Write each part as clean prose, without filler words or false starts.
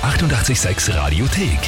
886 Radiothek.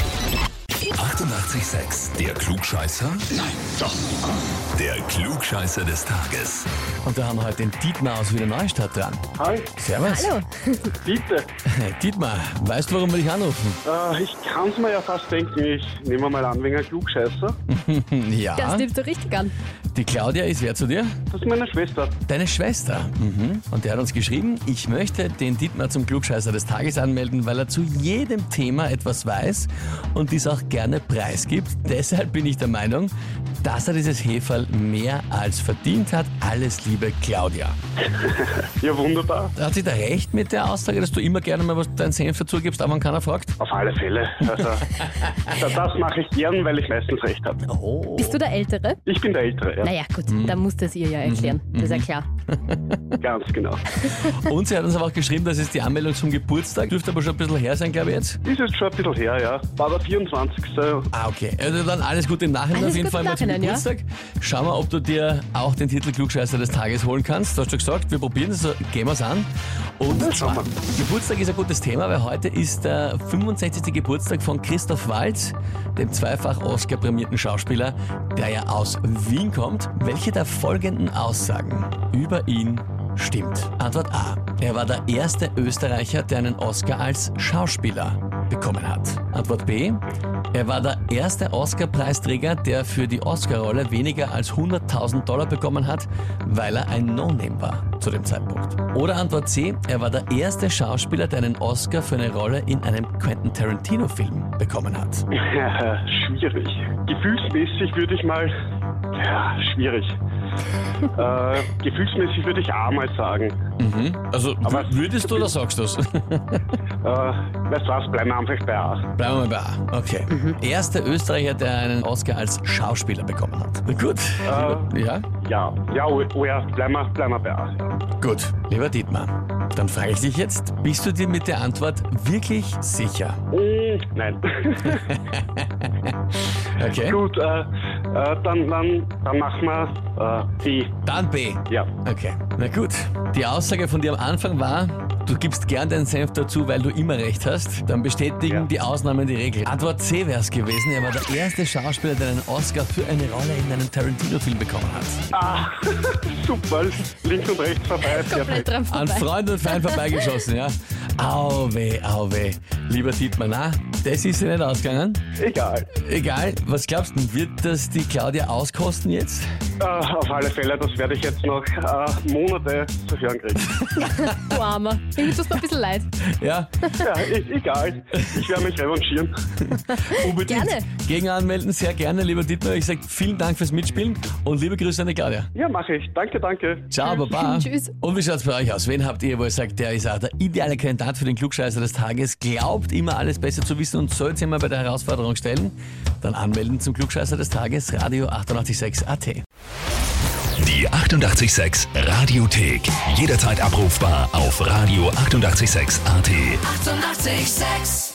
88,6. Der Klugscheißer? Nein, doch. Der Klugscheißer des Tages. Und da haben wir heute den Dietmar aus Wiener Neustadt dran. Hi, Servus. Hallo. bitte. Dietmar, weißt du, warum wir dich anrufen? Ich kann es mir ja fast denken. Ich nehme mal an wegen ein Klugscheißer. Ja. Das nimmst du richtig an. Die Claudia ist wer zu dir? Das ist meine Schwester. Deine Schwester. Und der hat uns geschrieben, ich möchte den Dietmar zum Klugscheißer des Tages anmelden, weil er zu jedem Thema etwas weiß und dies auch gerne preisgibt. Deshalb bin ich der Meinung, dass er dieses Heferl mehr als verdient hat. Alles Liebe, Claudia. Ja, wunderbar. Hat sie da recht mit der Aussage, dass du immer gerne mal was deinen Senf dazu gibst, aber wenn keiner fragt? Auf alle Fälle. Also, das mache ich gern, weil ich meistens recht habe. Oh. Bist du der Ältere? Ich bin der Ältere, ja. Naja, gut, dann musst du es ihr ja erklären. Das ist ja klar. Ganz genau. Und sie hat uns aber auch geschrieben, das ist die Anmeldung zum Geburtstag. Dürfte aber schon ein bisschen her sein, glaube ich jetzt. Ist jetzt schon ein bisschen her, ja. War der 24. Ah, okay. Also dann alles Gute im Nachhinein Alles auf jeden Gute Fall im mal zum Nachhinein, ja. Geburtstag. Schau mal, ob du dir auch den Titel Klugscheißer des Tages holen kannst. Du hast schon gesagt, wir probieren es, also gehen wir es an. Und Ja, zwar, schauen wir. Geburtstag ist ein gutes Thema, weil heute ist der 65. Geburtstag von Christoph Waltz, dem zweifach Oscar-prämierten Schauspieler, der ja aus Wien kommt. Welche der folgenden Aussagen über ihn stimmt? Antwort A. Er war der erste Österreicher, der einen Oscar als Schauspieler bekommen hat. Antwort B. Er war der erste Oscar-Preisträger, der für die Oscar-Rolle weniger als $100.000 bekommen hat, weil er ein No-Name war zu dem Zeitpunkt. Oder Antwort C. Er war der erste Schauspieler, der einen Oscar für eine Rolle in einem Quentin Tarantino-Film bekommen hat. Ja, schwierig. Gefühlsmäßig würde ich mal... Ja, schwierig. Gefühlsmäßig würde ich A mal sagen. Also Aber würdest du oder sagst du es? Weißt du was, bleiben wir einfach bei A. Bleiben wir mal bei A. Okay. Erster Österreicher, der einen Oscar als Schauspieler bekommen hat. Na gut. Ja? Ja, oh ja, bleiben wir bei A. Ja. Gut. Lieber Dietmar, dann frage ich dich jetzt, bist du dir mit der Antwort wirklich sicher? Nein. Okay. Gut, dann machen wir B. Dann B. Ja. Okay. Na gut. Die Aussage von dir am Anfang war, du gibst gern deinen Senf dazu, weil du immer recht hast. Dann bestätigen Ja. die Ausnahmen die Regel. Antwort C wäre es gewesen. Er war der erste Schauspieler, der einen Oscar für eine Rolle in einem Tarantino-Film bekommen hat. Ah, super. Links und rechts vorbei. Komplett dran An vorbei. Freund und Feind vorbeigeschossen, ja. Au weh, au weh. Lieber Dietmar, na, das ist ja nicht ausgegangen. Egal. Egal, was glaubst du, wird das die Claudia auskosten jetzt? Auf alle Fälle, das werde ich jetzt noch Monate zu hören kriegen. Du Armer. Irgendwie tut mir ein bisschen leid. Ja, Ja, egal. Ich werde mich revanchieren. unbedingt. Gerne. Gegen anmelden, sehr gerne, lieber Dietmar. Ich sage vielen Dank fürs Mitspielen und liebe Grüße an die Claudia. Ja, mache ich. Danke. Ciao, Baba. Tschüss. Und wie schaut's bei euch aus? Wen habt ihr, wo ihr sagt, der ist auch der ideale Kandidat für den Klugscheißer des Tages, glaubt immer alles besser zu wissen und soll sich mal bei der Herausforderung stellen? Dann anmelden zum Klugscheißer des Tages, Radio 886 AT. Die 88,6 Radiothek. Jederzeit abrufbar auf Radio 88,6 AT. 88,6.